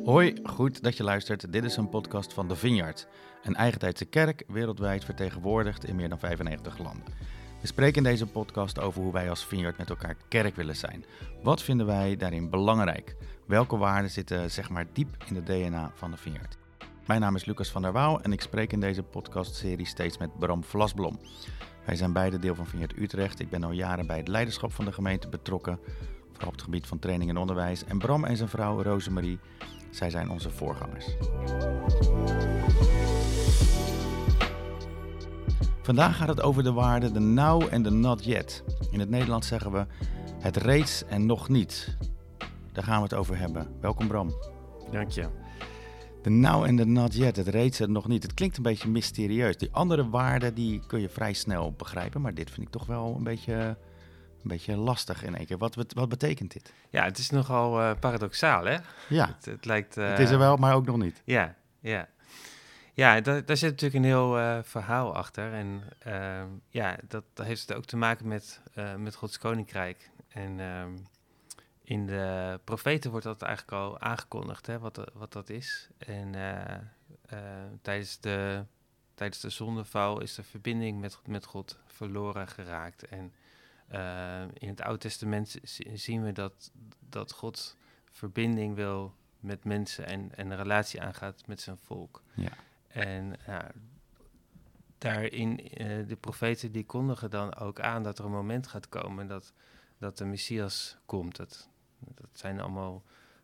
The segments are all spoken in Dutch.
Hoi, goed dat je luistert. Dit is een podcast van The Vineyard, een eigentijdse kerk, wereldwijd vertegenwoordigd in meer dan 95 landen. We spreken in deze podcast over hoe wij als Vineyard met elkaar kerk willen zijn. Wat vinden wij daarin belangrijk? Welke waarden zitten diep in de DNA van The Vineyard? Mijn naam is Lucas van der Wouw en ik spreek in deze podcastserie steeds met Bram Vlasblom. Wij zijn beide deel van Vineyard Utrecht. Ik ben al jaren bij het leiderschap van de gemeente betrokken, vooral op het gebied van training en onderwijs. En Bram en zijn vrouw Rosemarie, zij zijn onze voorgangers. Vandaag gaat het over de waarden de now en de not yet. In het Nederlands zeggen we het reeds en nog niet. Daar gaan we het over hebben. Welkom Bram. Dank je. De now en de not yet, het reeds en nog niet. Het klinkt een beetje mysterieus. Die andere waarden die kun je vrij snel begrijpen, maar dit vind ik toch wel een beetje lastig in één keer. Wat betekent dit? Ja, het is nogal paradoxaal, hè? Ja, Het lijkt... het is er wel, maar ook nog niet. Ja. Ja, daar zit natuurlijk een heel verhaal achter. En dat heeft ook te maken met Gods Koninkrijk. En in de profeten wordt dat eigenlijk al aangekondigd, hè, wat dat is. En tijdens de zondeval is de verbinding met God verloren geraakt. En in het Oude Testament zien we dat God verbinding wil met mensen en een relatie aangaat met zijn volk. Ja. En daarin, de profeten die kondigen dan ook aan dat er een moment gaat komen dat de Messias komt. Dat zijn allemaal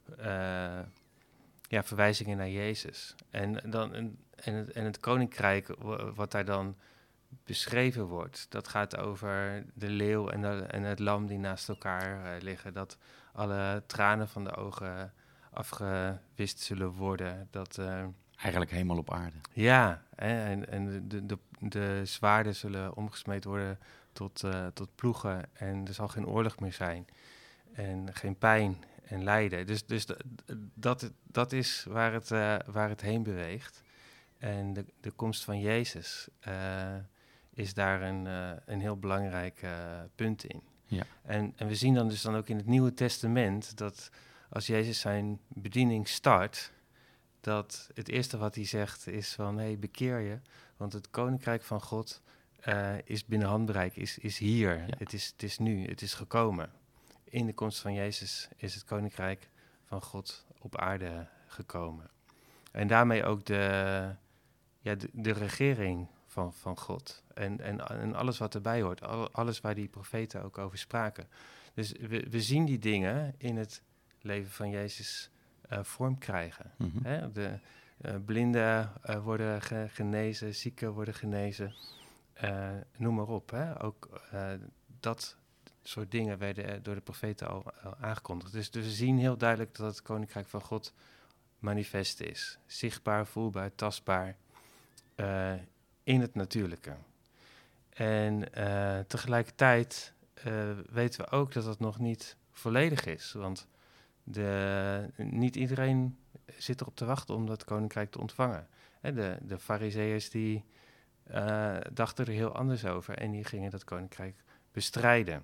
verwijzingen naar Jezus. En het koninkrijk wat daar dan beschreven wordt, dat gaat over de leeuw en het lam die naast elkaar liggen. Dat alle tranen van de ogen afgewist zullen worden. Eigenlijk hemel op aarde. Ja, en de zwaarden zullen omgesmeed worden tot ploegen. En er zal geen oorlog meer zijn. En geen pijn en lijden. Dus dat is waar het heen beweegt. En de komst van Jezus is daar een heel belangrijk punt in. Ja. En we zien dan ook in het Nieuwe Testament dat als Jezus zijn bediening start, dat het eerste wat hij zegt is van, hey, bekeer je, want het koninkrijk van God is binnen handbereik, is hier. Ja. Het is nu, het is gekomen. In de komst van Jezus is het koninkrijk van God op aarde gekomen. En daarmee ook de regering van God. En alles wat erbij hoort. Alles waar die profeten ook over spraken. Dus we zien die dingen in het leven van Jezus vorm krijgen. Mm-hmm. Hè? De blinden worden genezen, zieken worden genezen. Noem maar op. Hè? Ook dat soort dingen werden door de profeten al aangekondigd. Dus we zien heel duidelijk dat het koninkrijk van God manifest is. Zichtbaar, voelbaar, tastbaar. In het natuurlijke. En tegelijkertijd weten we ook dat het nog niet volledig is. Want niet iedereen zit erop te wachten om dat koninkrijk te ontvangen. De Farizeeërs die dachten er heel anders over en die gingen dat koninkrijk bestrijden.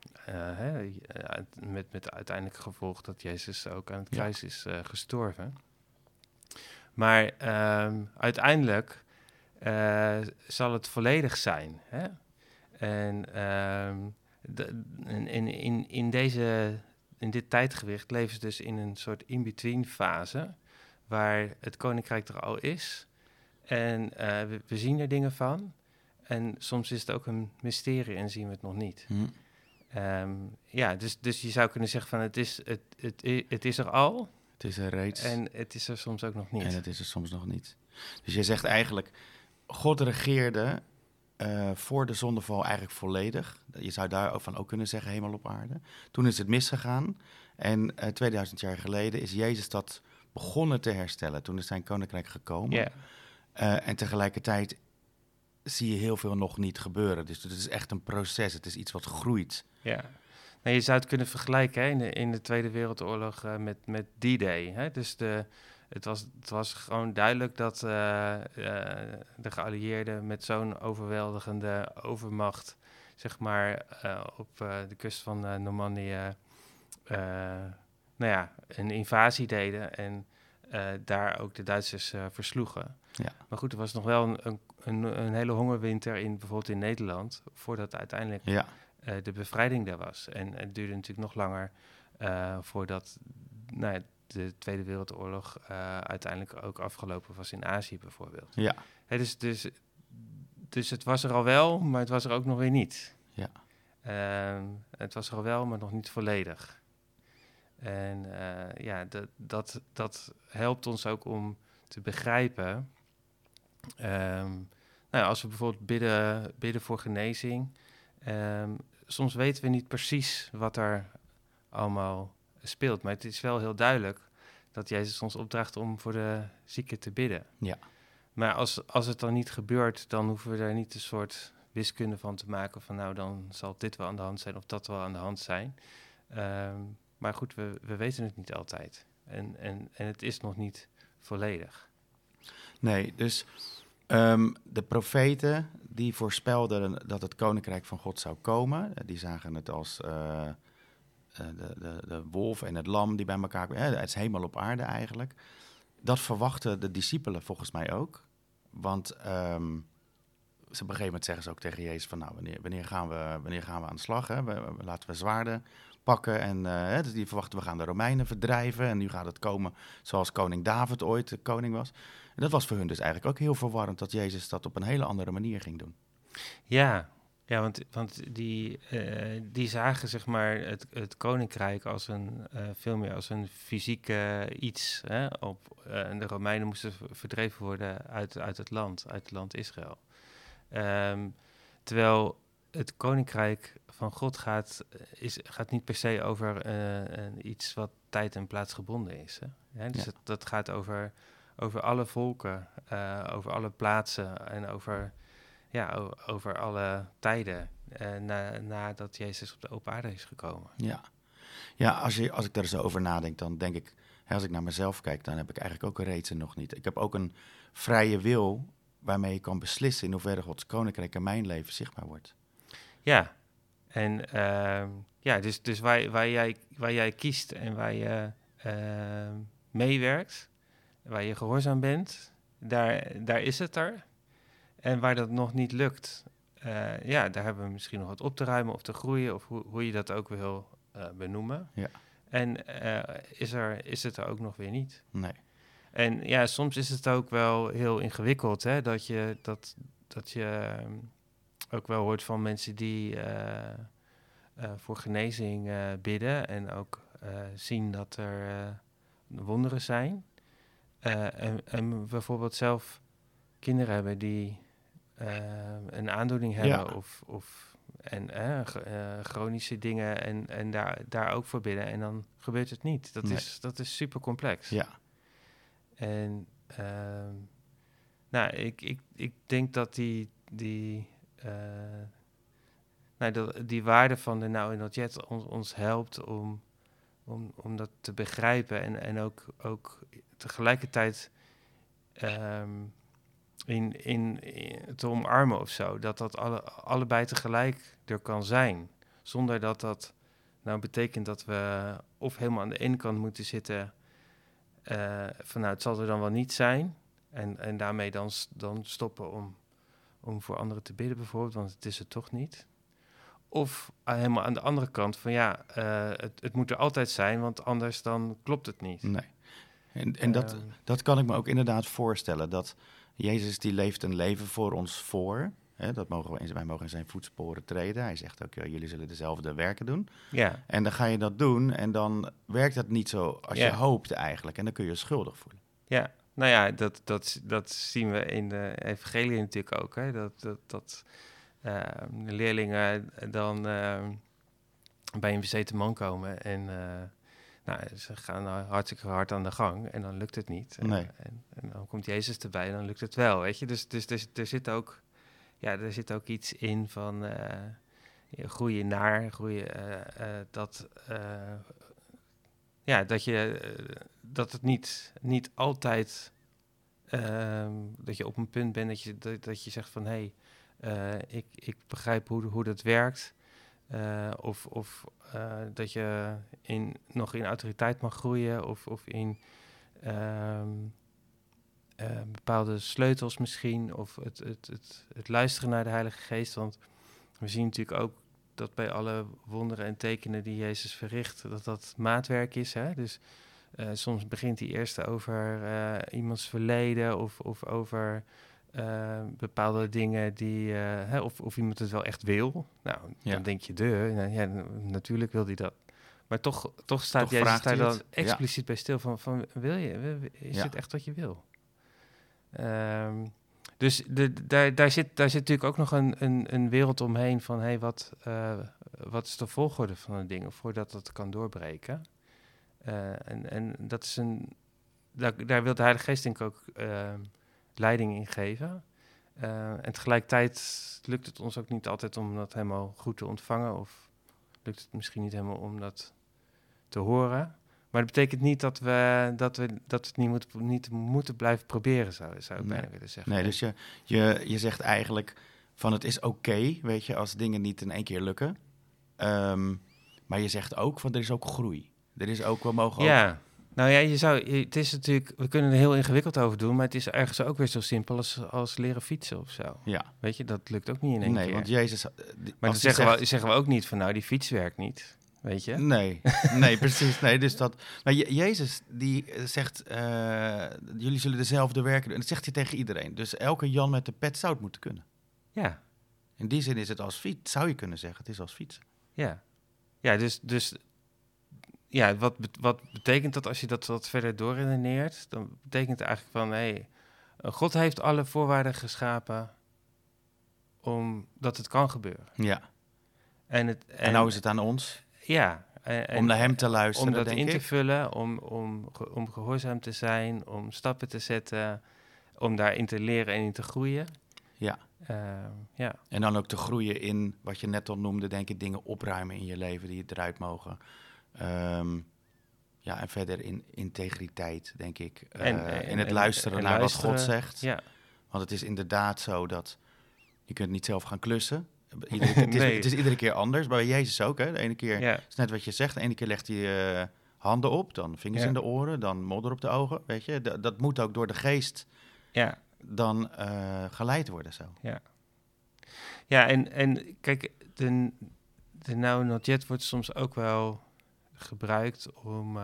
Met uiteindelijk gevolg dat Jezus ook aan het kruis is gestorven. Maar uiteindelijk zal het volledig zijn. Hè? En in dit tijdgewicht leven ze dus in een soort in-between fase, waar het koninkrijk er al is. En we zien er dingen van. En soms is het ook een mysterie en zien we het nog niet. Dus je zou kunnen zeggen van het is er al. Het is er reeds. En het is er soms ook nog niet. En het is er soms nog niet. Dus je zegt eigenlijk, God regeerde voor de zondeval eigenlijk volledig. Je zou daarvan ook kunnen zeggen, hemel op aarde. Toen is het misgegaan. En 2000 jaar geleden is Jezus dat begonnen te herstellen. Toen is zijn koninkrijk gekomen. Yeah. En tegelijkertijd zie je heel veel nog niet gebeuren. Dus het is echt een proces. Het is iets wat groeit. Ja. Nou, je zou het kunnen vergelijken in de Tweede Wereldoorlog met D-Day. Hè? Dus het was gewoon duidelijk dat de geallieerden met zo'n overweldigende overmacht, zeg maar, op de kust van Normandië, een invasie deden. En daar ook de Duitsers versloegen. Ja. Maar goed, er was nog wel een hele hongerwinter bijvoorbeeld in Nederland, voordat uiteindelijk de bevrijding daar was. En het duurde natuurlijk nog langer voordat de Tweede Wereldoorlog uiteindelijk ook afgelopen was in Azië bijvoorbeeld. Ja. Dus het was er al wel, maar het was er ook nog weer niet. Ja. Het was er al wel, maar nog niet volledig. En dat helpt ons ook om te begrijpen. Als we bijvoorbeeld bidden voor genezing. Soms weten we niet precies wat er allemaal speelt. Maar het is wel heel duidelijk dat Jezus ons opdraagt om voor de zieken te bidden. Ja. Maar als het dan niet gebeurt, dan hoeven we daar niet een soort wiskunde van te maken van nou, dan zal dit wel aan de hand zijn of dat wel aan de hand zijn. Maar goed, we weten het niet altijd. En het is nog niet volledig. Nee, dus de profeten die voorspelden dat het koninkrijk van God zou komen, die zagen het als de wolf en het lam die bij elkaar kwamen. Het is hemel op aarde eigenlijk. Dat verwachten de discipelen volgens mij ook. Want op een gegeven moment zeggen ze ook tegen Jezus van nou, wanneer gaan we aan de slag? Hè? Laten we zwaarden pakken. En dus die verwachten we gaan de Romeinen verdrijven. En nu gaat het komen zoals koning David ooit de koning was. En dat was voor hun dus eigenlijk ook heel verwarrend dat Jezus dat op een hele andere manier ging doen. Ja, want die zagen zeg maar het koninkrijk als veel meer als een fysieke iets. Hè? De Romeinen moesten verdreven worden uit het land Israël. Terwijl het koninkrijk van God gaat niet per se over iets wat tijd en plaats gebonden is. Hè? Ja, dus dat gaat over alle volken, over alle plaatsen en over alle tijden nadat Jezus op de open aarde is gekomen. Ja, als ik daar zo over nadenk, dan denk ik, als ik naar mezelf kijk, dan heb ik eigenlijk ook een reden nog niet. Ik heb ook een vrije wil waarmee je kan beslissen in hoeverre Gods koninkrijk in mijn leven zichtbaar wordt. Ja, en dus waar jij kiest en waar je meewerkt, waar je gehoorzaam bent, daar is het er. En waar dat nog niet lukt, daar hebben we misschien nog wat op te ruimen of te groeien, of hoe je dat ook wil benoemen. Ja. En is het er ook nog weer niet. Nee. En soms is het ook wel heel ingewikkeld, hè, dat je ook wel hoort van mensen die voor genezing bidden en ook zien dat er wonderen zijn. En bijvoorbeeld zelf kinderen hebben die een aandoening hebben chronische dingen en daar ook voor bidden. En dan gebeurt het niet. Dat is super complex. Ja. En ik denk dat die waarde van de Now en Not Yet ons helpt om dat te begrijpen en ook tegelijkertijd in te omarmen of zo. Dat allebei tegelijk er kan zijn. Zonder dat nou betekent dat we of helemaal aan de ene kant moeten zitten van nou, het zal er dan wel niet zijn. En daarmee dan stoppen om voor anderen te bidden bijvoorbeeld, want het is het toch niet. Of helemaal aan de andere kant van het moet er altijd zijn, want anders dan klopt het niet. Nee. En dat kan ik me ook inderdaad voorstellen. Dat Jezus die leeft een leven voor ons voor. Hè, wij mogen in zijn voetsporen treden. Hij zegt ook, jullie zullen dezelfde werken doen. Ja. En dan ga je dat doen en dan werkt dat niet zo als je hoopt eigenlijk. En dan kun je je schuldig voelen. Ja, nou ja, dat zien we in de evangelie natuurlijk ook. Hè? Dat de leerlingen dan bij een bezeten man komen en ze gaan hartstikke hard aan de gang en dan lukt het niet. Nee. En dan komt Jezus erbij en dan lukt het wel, weet je. Dus er zit ook iets in van groeien dat het niet altijd dat je op een punt bent dat je zegt van hé, ik begrijp hoe dat werkt. Of dat je nog in autoriteit mag groeien of in bepaalde sleutels misschien, of het luisteren naar de Heilige Geest. Want we zien natuurlijk ook dat bij alle wonderen en tekenen die Jezus verricht, dat maatwerk is. Hè? Dus soms begint hij eerst over iemands verleden of over bepaalde dingen die, of iemand het wel echt wil. Nou, dan denk je, natuurlijk wil hij dat. Maar toch staat Jezus daar dan expliciet bij stil van wil je? Is dit echt wat je wil? Dus daar zit natuurlijk ook nog een wereld omheen van, wat is de volgorde van een ding voordat dat kan doorbreken? En dat is daar wil de Heilige Geest denk ik ook leiding in geven. En tegelijkertijd lukt het ons ook niet altijd om dat helemaal goed te ontvangen, of lukt het misschien niet helemaal om dat te horen. Maar dat betekent niet dat we het niet moeten blijven proberen, zou ik bijna willen zeggen. Nee, dus je zegt eigenlijk van het is oké, weet je, als dingen niet in één keer lukken. Maar je zegt ook van er is ook groei. Er is ook, we mogen ook... Ja, nou ja, het is natuurlijk, we kunnen er heel ingewikkeld over doen, maar het is ergens ook weer zo simpel als leren fietsen of zo. Ja. Weet je, dat lukt ook niet in één keer. Nee, want Jezus... Maar dan zeggen we ook niet van, die fiets werkt niet. Weet je? Nee, precies. Nee, dus dat. Maar Jezus die zegt: jullie zullen dezelfde werken doen. En dat zegt hij tegen iedereen. Dus elke Jan met de pet zou het moeten kunnen. Ja. In die zin is het als fiets, zou je kunnen zeggen. Het is als fietsen. Ja. Ja, dus ja, wat betekent dat als je dat wat verder doorredeneert? Dan betekent het eigenlijk van, God heeft alle voorwaarden geschapen omdat het kan gebeuren. Ja. En nou is het aan ons. Ja. Om naar hem te luisteren, om dat in te vullen, om gehoorzaam te zijn, om stappen te zetten, om daarin te leren en in te groeien. Ja. Ja. En dan ook te groeien in wat je net al noemde, denk ik, dingen opruimen in je leven die eruit mogen. En verder in integriteit, denk ik. In het luisteren naar wat God zegt. Ja. Want het is inderdaad zo dat je kunt niet zelf gaan klussen. Het is iedere keer anders. Bij Jezus ook, hè. De ene keer is net wat je zegt. De ene keer legt hij handen op, dan vingers in de oren, dan modder op de ogen. Weet je, dat moet ook door de geest dan geleid worden zo. Ja, ja en kijk, de now not yet wordt soms ook wel gebruikt om...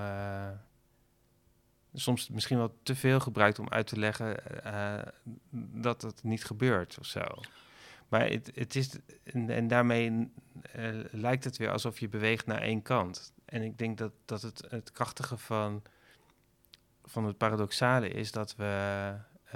soms misschien wel te veel gebruikt om uit te leggen dat het niet gebeurt of zo. Maar het is... En daarmee lijkt het weer alsof je beweegt naar één kant. En ik denk dat het krachtige van het paradoxale is dat we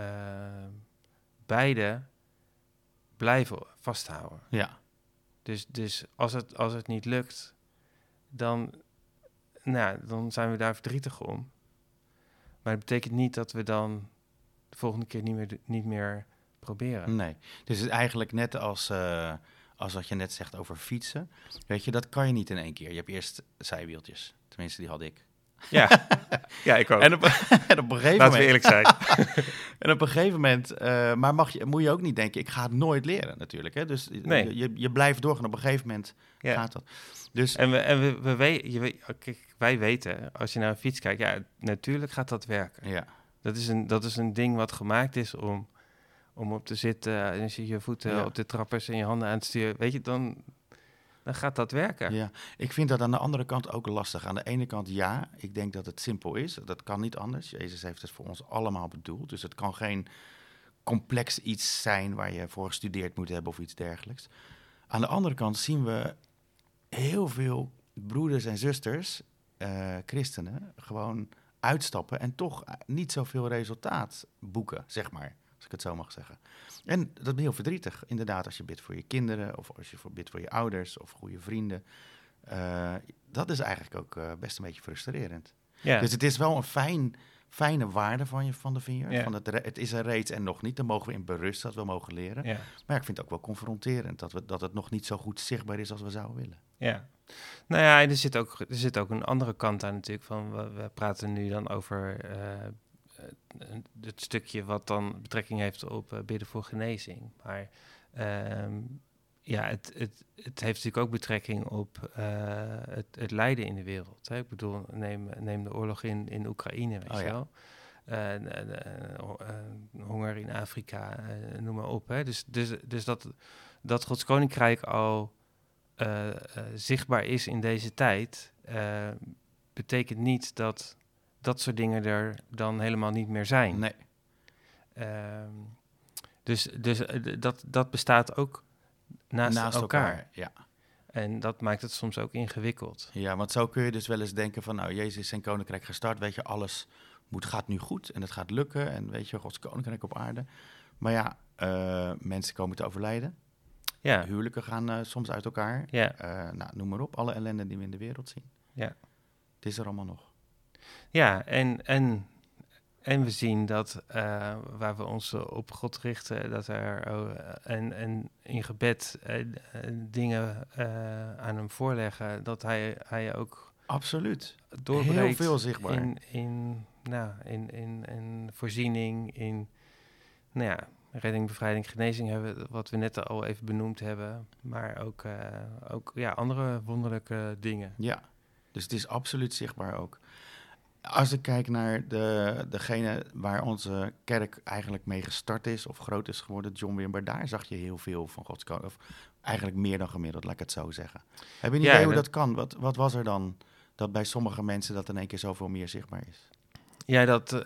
beide blijven vasthouden. Ja. Dus als het niet lukt, dan zijn we daar verdrietig om. Maar het betekent niet dat we dan de volgende keer niet meer proberen. Nee, dus het is eigenlijk net als wat je net zegt over fietsen. Weet je, dat kan je niet in één keer. Je hebt eerst zijwieltjes. Tenminste, die had ik. Ja, ja, ik ook. En op een gegeven moment... Laten we eerlijk zijn. En op een gegeven moment... maar moet je ook niet denken, ik ga het nooit leren natuurlijk. Hè? Dus je blijft doorgaan. Op een gegeven moment gaat dat. Dus, en wij weten, als je naar een fiets kijkt... natuurlijk gaat dat werken. Ja. Dat is een ding wat gemaakt is om op te zitten... en als je je voeten op de trappers en je handen aan het sturen... weet je, dan gaat dat werken. Ja, ik vind dat aan de andere kant ook lastig. Aan de ene kant ik denk dat het simpel is. Dat kan niet anders. Jezus heeft het voor ons allemaal bedoeld. Dus het kan geen complex iets zijn waar je voor gestudeerd moet hebben of iets dergelijks. Aan de andere kant zien we heel veel broeders en zusters, christenen, gewoon uitstappen en toch niet zoveel resultaat boeken, zeg maar. Als ik het zo mag zeggen. En dat is heel verdrietig, inderdaad, als je bidt voor je kinderen... of als je bidt voor je ouders of goede vrienden. Dat is eigenlijk ook best een beetje frustrerend. Ja. Dus het is wel een fijne waarde van de Vineyard. Ja. Van het is er reeds en nog niet. Daar mogen we in berusten dat we mogen leren. Ja. Maar ik vind het ook wel confronterend... dat het nog niet zo goed zichtbaar is als we zouden willen. Ja. Nou ja, en er zit ook een andere kant aan natuurlijk. We praten nu dan over... het stukje wat dan betrekking heeft op bidden voor genezing. Maar het heeft natuurlijk ook betrekking op het lijden in de wereld. Hè? Ik bedoel, neem de oorlog in Oekraïne, weet je wel. Honger in Afrika, noem maar op. Hè? Dus dat Gods Koninkrijk al zichtbaar is in deze tijd, betekent niet dat dat soort dingen er dan helemaal niet meer zijn. Nee. Dus dat bestaat ook naast elkaar. Ja. En dat maakt het soms ook ingewikkeld. Ja, want zo kun je dus wel eens denken van, nou, Jezus is zijn koninkrijk gestart, weet je, alles gaat nu goed en het gaat lukken en weet je, Gods koninkrijk op aarde. Maar ja, mensen komen te overlijden. Ja. Huwelijken gaan soms uit elkaar. Ja. Nou, noem maar op, alle ellende die we in de wereld zien. Ja. Het is er allemaal nog. Ja, en we zien dat waar we ons op God richten, dat er en in gebed dingen aan hem voorleggen, dat hij ook absoluut doorbreekt. Heel veel zichtbaar. In voorziening, in redding, bevrijding, genezing hebben, wat we net al even benoemd hebben, maar ook andere wonderlijke dingen. Ja, dus het is absoluut zichtbaar ook. Als ik kijk naar degene waar onze kerk eigenlijk mee gestart is of groot is geworden, John Wimber, daar zag je heel veel van Gods koninkrijk. Of eigenlijk meer dan gemiddeld, laat ik het zo zeggen. Heb je een idee hoe dat kan? Wat was er dan dat bij sommige mensen dat in één keer zoveel meer zichtbaar is? Ja,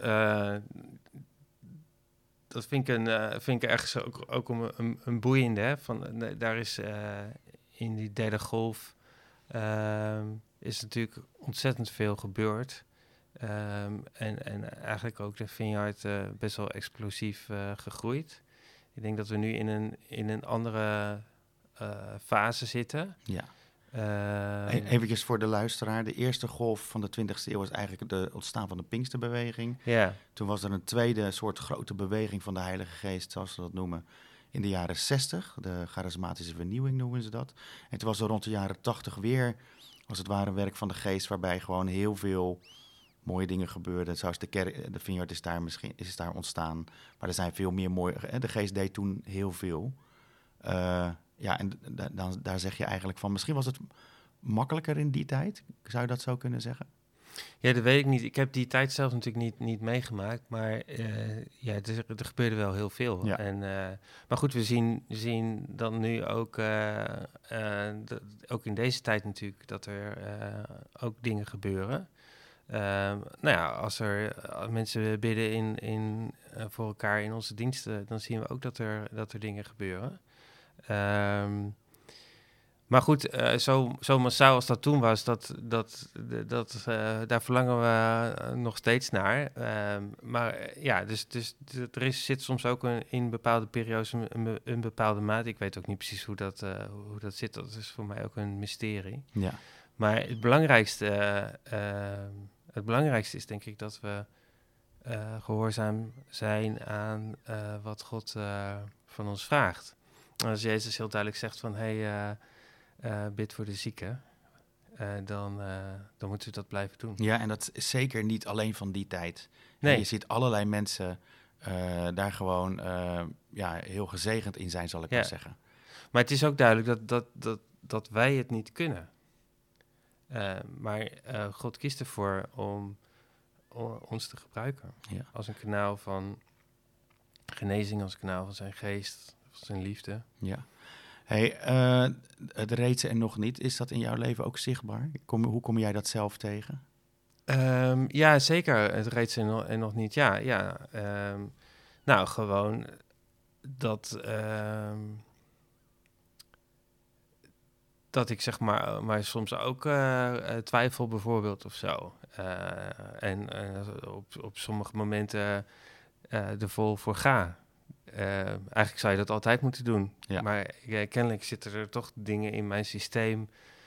dat vind ik ergens ook een boeiende. Hè? Daar is in die derde golf is natuurlijk ontzettend veel gebeurd. En eigenlijk ook de Vineyard best wel explosief gegroeid. Ik denk dat we nu in een andere fase zitten. Ja. Eventjes voor de luisteraar. De eerste golf van de 20e eeuw was eigenlijk het ontstaan van de Pinksterbeweging. Ja. Toen was er een tweede soort grote beweging van de Heilige Geest, zoals ze dat noemen, in de jaren 60. De charismatische vernieuwing noemen ze dat. En toen was er rond de jaren 80 weer, als het ware, een werk van de Geest, waarbij gewoon heel veel mooie dingen gebeurden. Zoals de Vineyard is daar ontstaan. Maar er zijn veel meer mooie. De Geest deed toen heel veel. En daar zeg je eigenlijk van, misschien was het makkelijker in die tijd. Zou je dat zo kunnen zeggen? Ja, dat weet ik niet. Ik heb die tijd zelf natuurlijk niet meegemaakt. Maar er gebeurde wel heel veel. Ja. Maar goed, we zien dan nu ook, ook in deze tijd natuurlijk, dat er ook dingen gebeuren. Als er mensen bidden voor elkaar in onze diensten, dan zien we ook dat er dingen gebeuren. Maar goed, zo massaal als dat toen was, daar verlangen we nog steeds naar. Dus er zit soms ook in bepaalde periodes een bepaalde mate. Ik weet ook niet precies hoe dat zit. Dat is voor mij ook een mysterie. Ja. Maar het belangrijkste is denk ik dat we gehoorzaam zijn aan wat God van ons vraagt. Als Jezus heel duidelijk zegt van, bid voor de zieken, dan moeten we dat blijven doen. Ja, en dat is zeker niet alleen van die tijd. Nee. Je ziet allerlei mensen daar gewoon heel gezegend in zijn, zal ik maar zeggen. Maar het is ook duidelijk dat wij het niet kunnen. Maar God kiest ervoor om ons te gebruiken. Ja. Als een kanaal van genezing, als een kanaal van zijn geest, van zijn liefde. Ja. Het reeds en nog niet, is dat in jouw leven ook zichtbaar? Hoe kom jij dat zelf tegen? Ja, zeker. Het reeds en nog niet. Ja. Gewoon dat ik zeg maar soms ook twijfel bijvoorbeeld of zo. En op sommige momenten er vol voor ga. Eigenlijk zou je dat altijd moeten doen. Ja. Maar kennelijk zitten er toch dingen in mijn systeem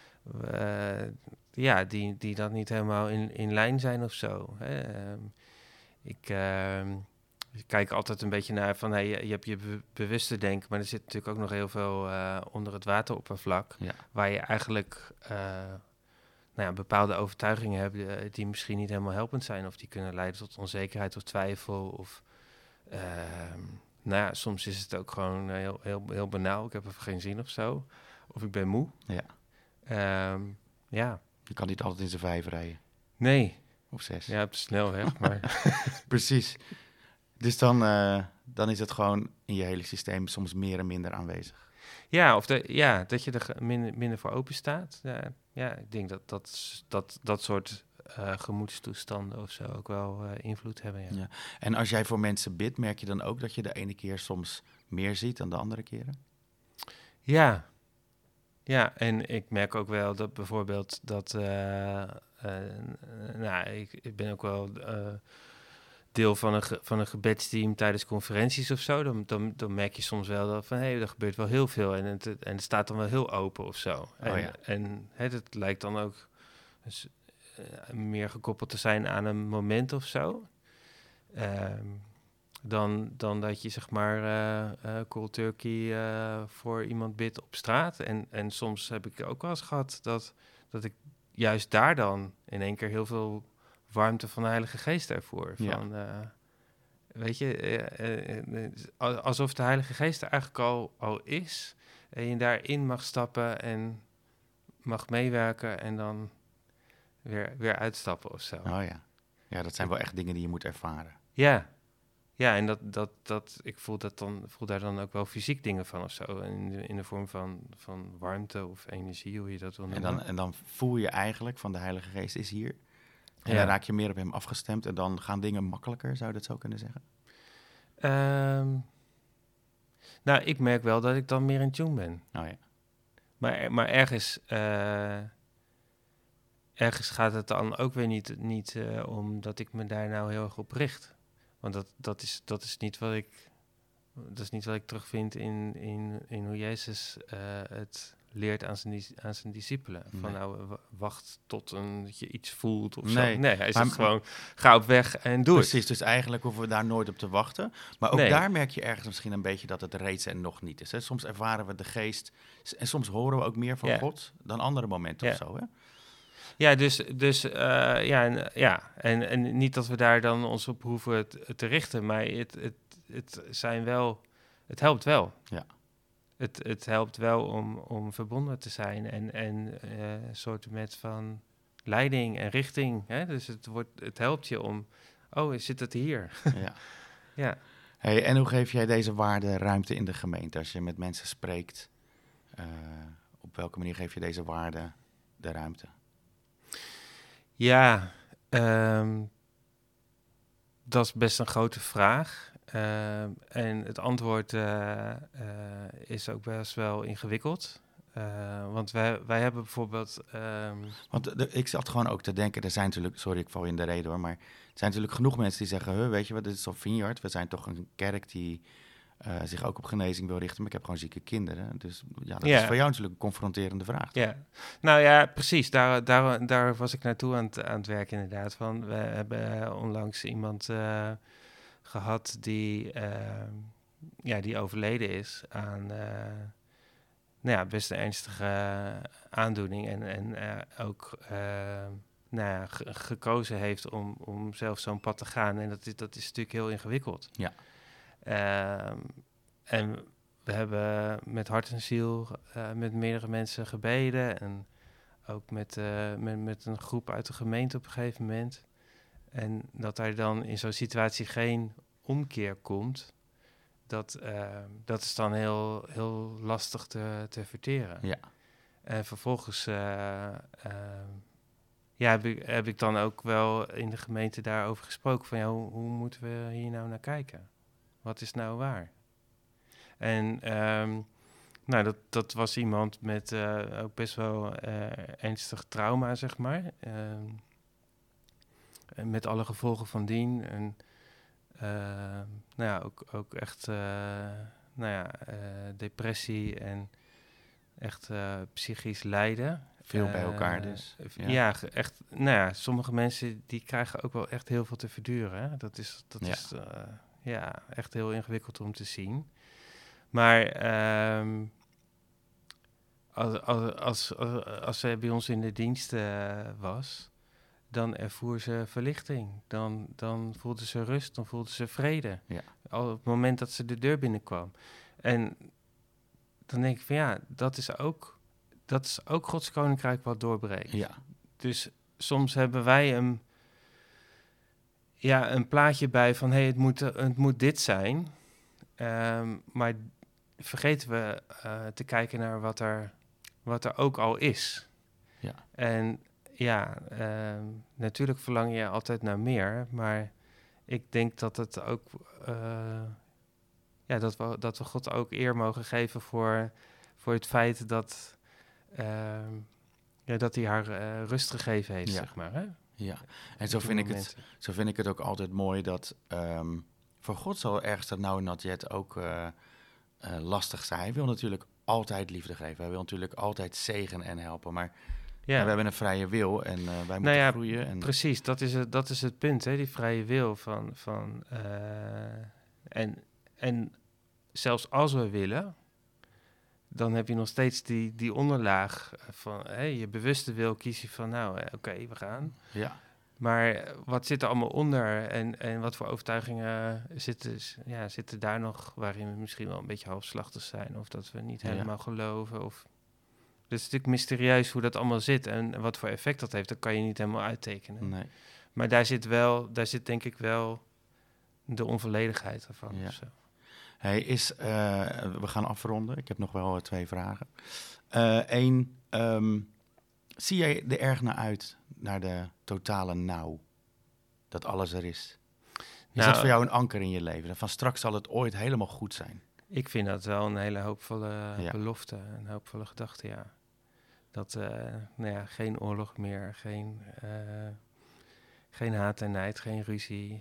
die dan niet helemaal in lijn zijn of zo. Ik kijk altijd een beetje naar van, je hebt je bewuste denken, maar er zit natuurlijk ook nog heel veel onder het wateroppervlak, waar je eigenlijk bepaalde overtuigingen hebt die misschien niet helemaal helpend zijn, of die kunnen leiden tot onzekerheid of twijfel, of Nou ja, soms is het ook gewoon heel banaal. Ik heb even geen zin of zo. Of ik ben moe. Ja. Ja. Je kan niet altijd in z'n 5 rijden. Nee. Of 6. Ja, op de snelweg, maar... Precies. Dus dan is het gewoon in je hele systeem soms meer en minder aanwezig. Ja, dat je er minder voor open staat. Ja, ik denk dat soort gemoedstoestanden of zo ook wel invloed hebben. Ja. Ja. En als jij voor mensen bidt, merk je dan ook dat je de ene keer soms meer ziet dan de andere keren? Ja, en ik merk ook wel dat bijvoorbeeld dat... ik ben ook wel deel van een gebedsteam tijdens conferenties of zo. Dan merk je soms wel dat van... er gebeurt wel heel veel en het staat dan wel heel open of zo. En het lijkt dan ook meer gekoppeld te zijn aan een moment of zo. Dan dat je zeg maar cold turkey voor iemand bidt op straat. En soms heb ik ook wel eens gehad dat ik juist daar dan in één keer heel veel warmte van de Heilige Geest ervoor. Weet je, alsof de Heilige Geest er eigenlijk al is. En je daarin mag stappen en mag meewerken en dan weer uitstappen of zo. Oh ja. Ja, dat zijn wel echt dingen die je moet ervaren. Ja, en ik voel daar dan ook wel fysiek dingen van of zo. In de vorm van warmte of energie, hoe je dat wil noemen. En dan voel je eigenlijk van de Heilige Geest is hier. En dan raak je meer op hem afgestemd en dan gaan dingen makkelijker, zou je dat zo kunnen zeggen? Nou, ik merk wel dat ik dan meer in tune ben. Oh ja. Maar ergens gaat het dan ook weer niet om dat ik me daar nou heel erg op richt. Want dat is niet wat ik terugvind in hoe Jezus het leert aan zijn discipelen. Nee. Van nou, wacht tot dat je iets voelt of Nee. zo. Nee, hij zegt gewoon, ga op weg en doe Precies, het. dus eigenlijk hoeven we daar nooit op te wachten. Maar ook daar merk je ergens misschien een beetje dat het reeds en nog niet is. Hè? Soms ervaren we de geest en soms horen we ook meer van God dan andere momenten of zo, hè? Ja, en niet dat we daar dan ons op hoeven te richten, maar het helpt wel. Ja. Het helpt wel om verbonden te zijn en een soort met van leiding en richting. Hè? Dus het helpt je om, zit het hier? Ja. Ja. Hey, en hoe geef jij deze waarde ruimte in de gemeente als je met mensen spreekt? Op welke manier geef je deze waarde de ruimte? Ja, dat is best een grote vraag. En het antwoord is ook best wel ingewikkeld. Want wij hebben bijvoorbeeld... Want ik zat gewoon ook te denken, er zijn natuurlijk... Sorry, ik val je in de reden hoor, maar er zijn natuurlijk genoeg mensen die zeggen... weet je wat, dit is zo'n Vineyard. We zijn toch een kerk die zich ook op genezing wil richten. Maar ik heb gewoon zieke kinderen. Dus ja, dat is voor jou natuurlijk een confronterende vraag. Ja, nou ja, precies. Daar was ik naartoe aan het werken inderdaad. Van, we hebben onlangs iemand gehad die overleden is aan best een ernstige aandoening. En ook gekozen heeft om zelf zo'n pad te gaan. En dat is natuurlijk heel ingewikkeld. Ja. En we hebben met hart en ziel met meerdere mensen gebeden. En ook met een groep uit de gemeente op een gegeven moment. En dat er dan in zo'n situatie geen omkeer komt, dat is dan heel, heel lastig te verteren. Ja. En vervolgens heb ik dan ook wel in de gemeente daarover gesproken. Van hoe moeten we hier nou naar kijken? Wat is nou waar? En dat was iemand met ook best wel ernstig trauma, zeg maar. Met alle gevolgen van dien. En ook echt depressie en echt psychisch lijden. Veel bij elkaar dus. Ja, echt. Sommige mensen die krijgen ook wel echt heel veel te verduren. Hè? Dat is echt heel ingewikkeld om te zien. Maar als zij bij ons in de dienst was, dan ervoer ze verlichting. Dan voelde ze rust, dan voelde ze vrede. Ja. Al op het moment dat ze de deur binnenkwam. En dan denk ik van ja, dat is ook Gods koninkrijk wat doorbreekt. Ja. Dus soms hebben wij een plaatje bij van hey, het moet dit zijn. Maar vergeten we te kijken naar wat er ook al is. Ja. En ja, natuurlijk verlang je altijd naar meer, maar ik denk dat het ook dat we God ook eer mogen geven voor het feit dat hij haar rust gegeven heeft, zeg maar. Hè? Ja, en zo vind ik het ook altijd mooi dat voor God zal ergens dat nou not yet ook lastig zijn. Hij wil natuurlijk altijd liefde geven. Hij wil natuurlijk altijd zegenen en helpen, maar we hebben een vrije wil en wij moeten groeien. En precies, dat is het punt, hè? Die vrije wil en zelfs als we willen, dan heb je nog steeds die onderlaag van je bewuste wil, kies je van oké, we gaan. Ja. Maar wat zit er allemaal onder en wat voor overtuigingen zitten daar nog waarin we misschien wel een beetje halfslachtig zijn of dat we niet helemaal geloven of... Dus het is natuurlijk mysterieus hoe dat allemaal zit en wat voor effect dat heeft, dat kan je niet helemaal uittekenen. Nee. Maar daar zit denk ik wel de onvolledigheid ervan. Ja. Of zo. We gaan afronden. Ik heb nog wel 2 vragen. Eén, zie jij er erg naar uit, naar de totale nou? Dat alles er is. Is dat voor jou een anker in je leven? Van straks zal het ooit helemaal goed zijn. Ik vind dat wel een hele hoopvolle belofte, een hoopvolle gedachte, ja. Dat, geen oorlog meer, geen haat en nijd, geen ruzie,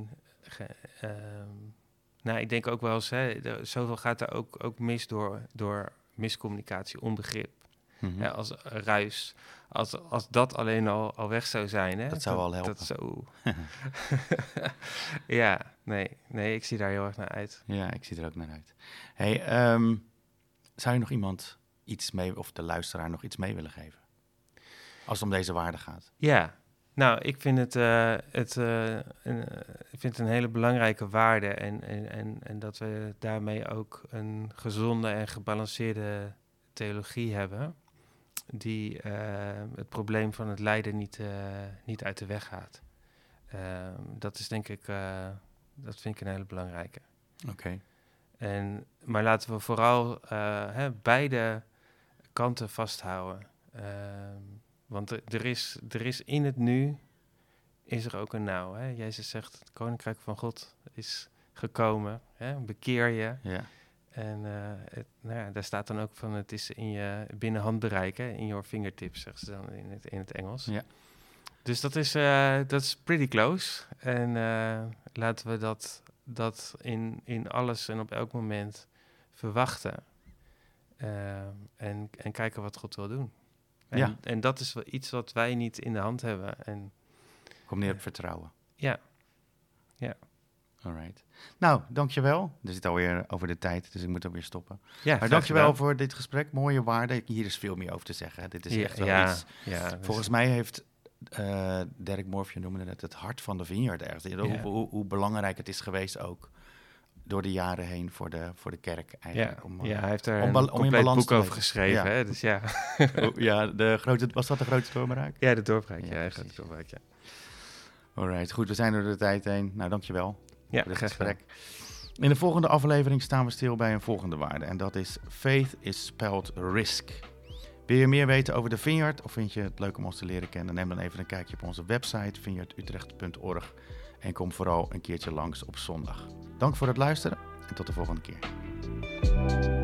ik denk ook wel eens, zoveel gaat er ook mis door miscommunicatie, onbegrip. Mm-hmm. Als ruis, als dat alleen al weg zou zijn. Hè, dat zou al helpen. Dat zo. Nee, ik zie daar heel erg naar uit. Ja, ik zie er ook naar uit. Zou je nog iemand iets mee, of de luisteraar nog iets mee willen geven? Als het om deze waarde gaat. Ja, nou, ik vind het een hele belangrijke waarde en dat we daarmee ook een gezonde en gebalanceerde theologie hebben die het probleem van het lijden niet uit de weg gaat. Dat is denk ik, dat vind ik een hele belangrijke. Oké. Maar laten we vooral beide kanten vasthouden. Want er is in het nu, is er ook een nou. Hè? Jezus zegt, het koninkrijk van God is gekomen. Hè? Bekeer je. Ja. En daar staat dan ook van, het is in je binnen handbereik, hè? In your fingertips, zeggen ze dan in het Engels. Ja. Dus dat is pretty close. En laten we dat in alles en op elk moment verwachten. En kijken wat God wil doen. En dat is wel iets wat wij niet in de hand hebben. Kom neer op vertrouwen. Ja. Alright. Nou, dankjewel. We zitten alweer over de tijd, dus ik moet ook weer stoppen. Ja, maar dankjewel voor dit gesprek. Mooie waarde. Hier is veel meer over te zeggen. Hè. Dit is echt wel iets. Ja, volgens mij heeft Derek Morfield noemde het hart van de Vineyard ergens. Hoe belangrijk het is geweest ook door de jaren heen voor de kerk eigenlijk. Hij heeft er een compleet boek over geschreven. Ja. Hè? Dus ja. Was dat de grote doorbraak? Ja, de doorbraak. Ja, de doorbraak, ja. Alright, goed. We zijn door de tijd heen. Nou, dankjewel voor dit gesprek. In de volgende aflevering staan we stil bij een volgende waarde. En dat is faith is spelled risk. Wil je meer weten over de Vineyard of vind je het leuk om ons te leren kennen? Neem dan even een kijkje op onze website vineyardutrecht.org en kom vooral een keertje langs op zondag. Dank voor het luisteren en tot de volgende keer.